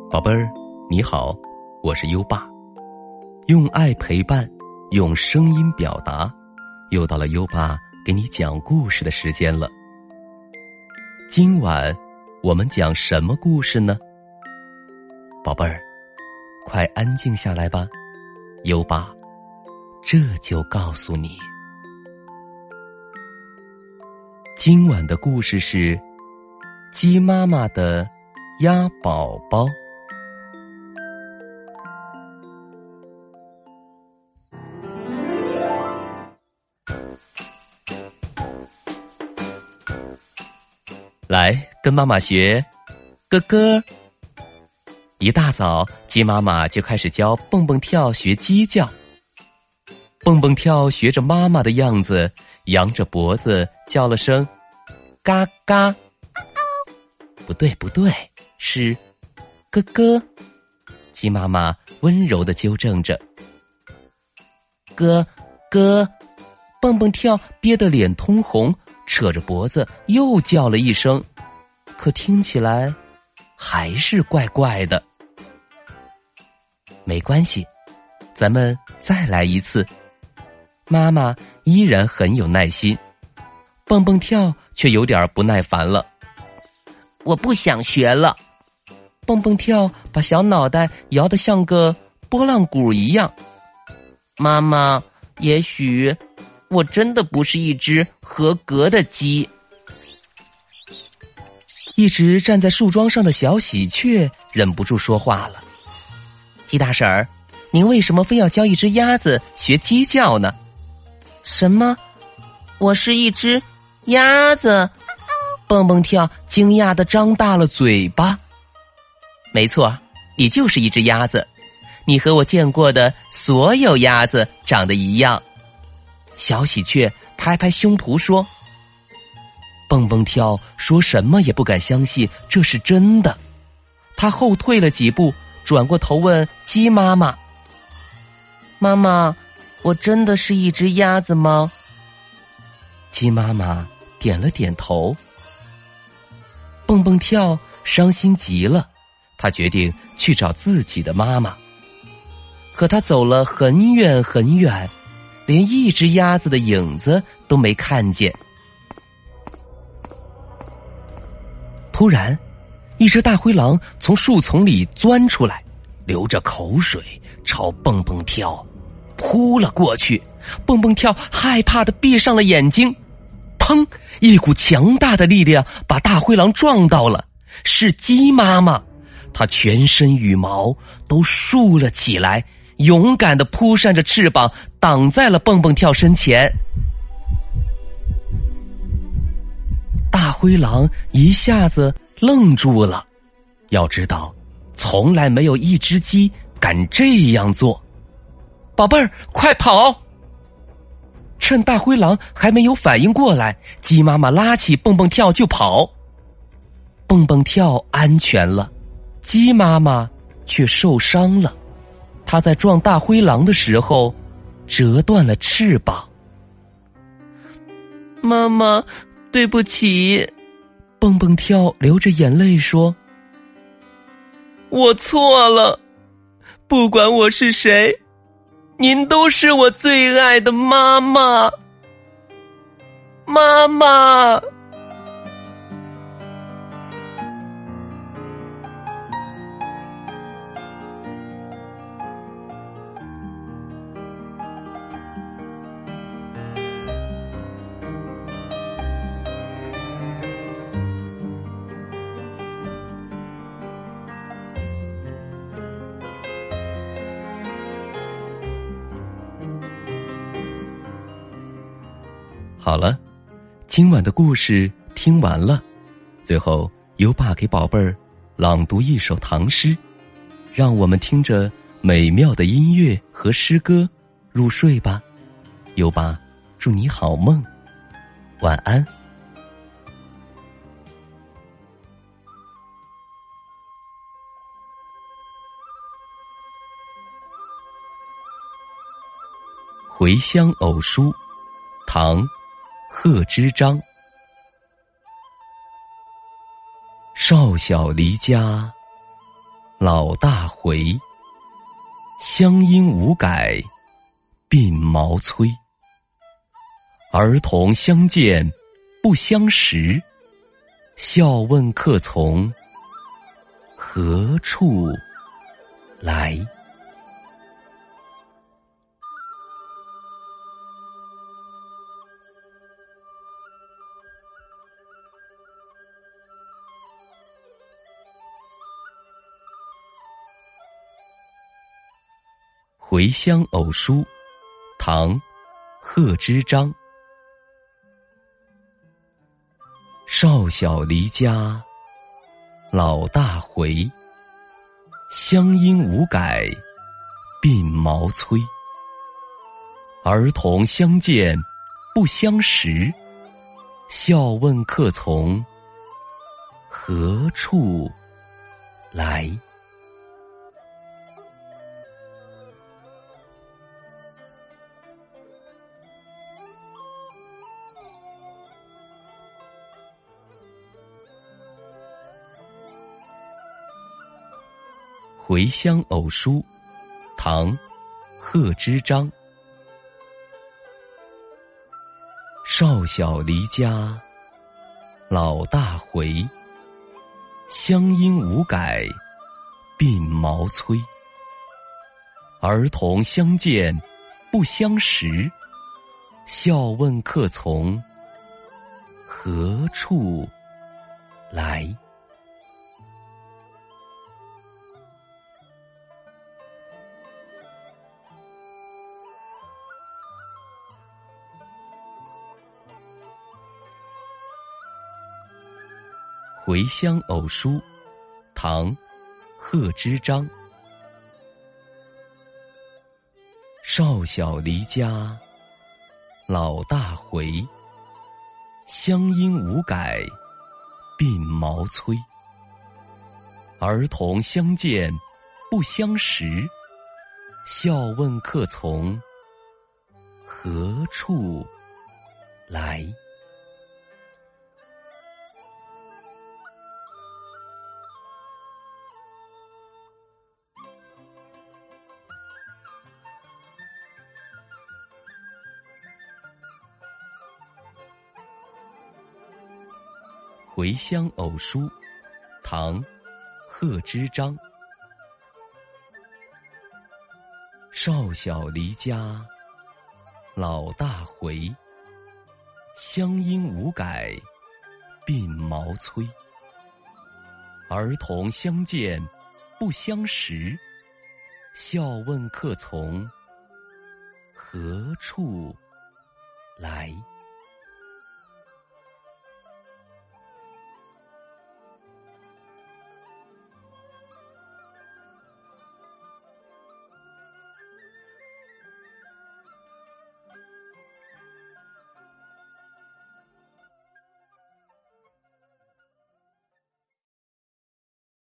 宝贝儿，你好，我是优爸。用爱陪伴，用声音表达，又到了优爸给你讲故事的时间了。今晚我们讲什么故事呢？宝贝儿，快安静下来吧，优爸这就告诉你。今晚的故事是鸡妈妈的鸭宝宝。来，跟妈妈学咯咯。一大早，鸡妈妈就开始教蹦蹦跳学鸡叫。蹦蹦跳学着妈妈的样子，扬着脖子叫了声嘎嘎。不对，是咯咯。鸡妈妈温柔地纠正着。咯咯。蹦蹦跳憋得脸通红，扯着脖子又叫了一声，可听起来还是怪怪的。没关系，咱们再来一次。妈妈依然很有耐心，蹦蹦跳却有点不耐烦了。我不想学了。蹦蹦跳把小脑袋摇得像个拨浪鼓一样。妈妈，也许我真的不是一只合格的鸡。一直站在树桩上的小喜鹊忍不住说话了。鸡大婶儿，您为什么非要教一只鸭子学鸡叫呢？什么？我是一只鸭子？蹦蹦跳惊讶地张大了嘴巴。没错，你就是一只鸭子，你和我见过的所有鸭子长得一样。小喜鹊拍拍胸脯说。蹦蹦跳说什么也不敢相信这是真的，他后退了几步，转过头问鸡妈妈：妈妈，我真的是一只鸭子吗？鸡妈妈点了点头。蹦蹦跳伤心极了，他决定去找自己的妈妈。可他走了很远很远，连一只鸭子的影子都没看见。突然，一只大灰狼从树丛里钻出来，流着口水朝蹦蹦跳扑了过去。蹦蹦跳害怕地闭上了眼睛。砰！一股强大的力量把大灰狼撞到了，是鸡妈妈。她全身羽毛都竖了起来，勇敢地扑扇着翅膀，挡在了蹦蹦跳身前。大灰狼一下子愣住了，要知道，从来没有一只鸡敢这样做。宝贝儿，快跑！趁大灰狼还没有反应过来，鸡妈妈拉起蹦蹦跳就跑。蹦蹦跳安全了，鸡妈妈却受伤了。她在撞大灰狼的时候折断了翅膀。妈妈，对不起。蹦蹦跳流着眼泪说：我错了，不管我是谁，您都是我最爱的妈妈。妈妈。好了，今晚的故事听完了。最后，优爸给宝贝儿朗读一首唐诗，让我们听着美妙的音乐和诗歌入睡吧。优爸祝你好梦，晚安。回乡偶书，唐·贺知章。少小离家老大回。乡音无改鬓毛衰。儿童相见不相识，笑问客从何处来。回乡偶书，唐·贺知章。少小离家老大回，乡音无改鬓毛衰。儿童相见不相识，笑问客从何处来。回乡偶书，唐·贺知章。少小离家老大回，乡音无改鬓毛衰。儿童相见不相识，笑问客从何处来。回乡偶书，唐·贺知章。少小离家老大回，乡音无改鬓毛衰。儿童相见不相识，笑问客从何处来。回乡偶书，唐·贺知章。少小离家老大回，乡音无改鬓毛衰。儿童相见不相识，笑问客从何处来。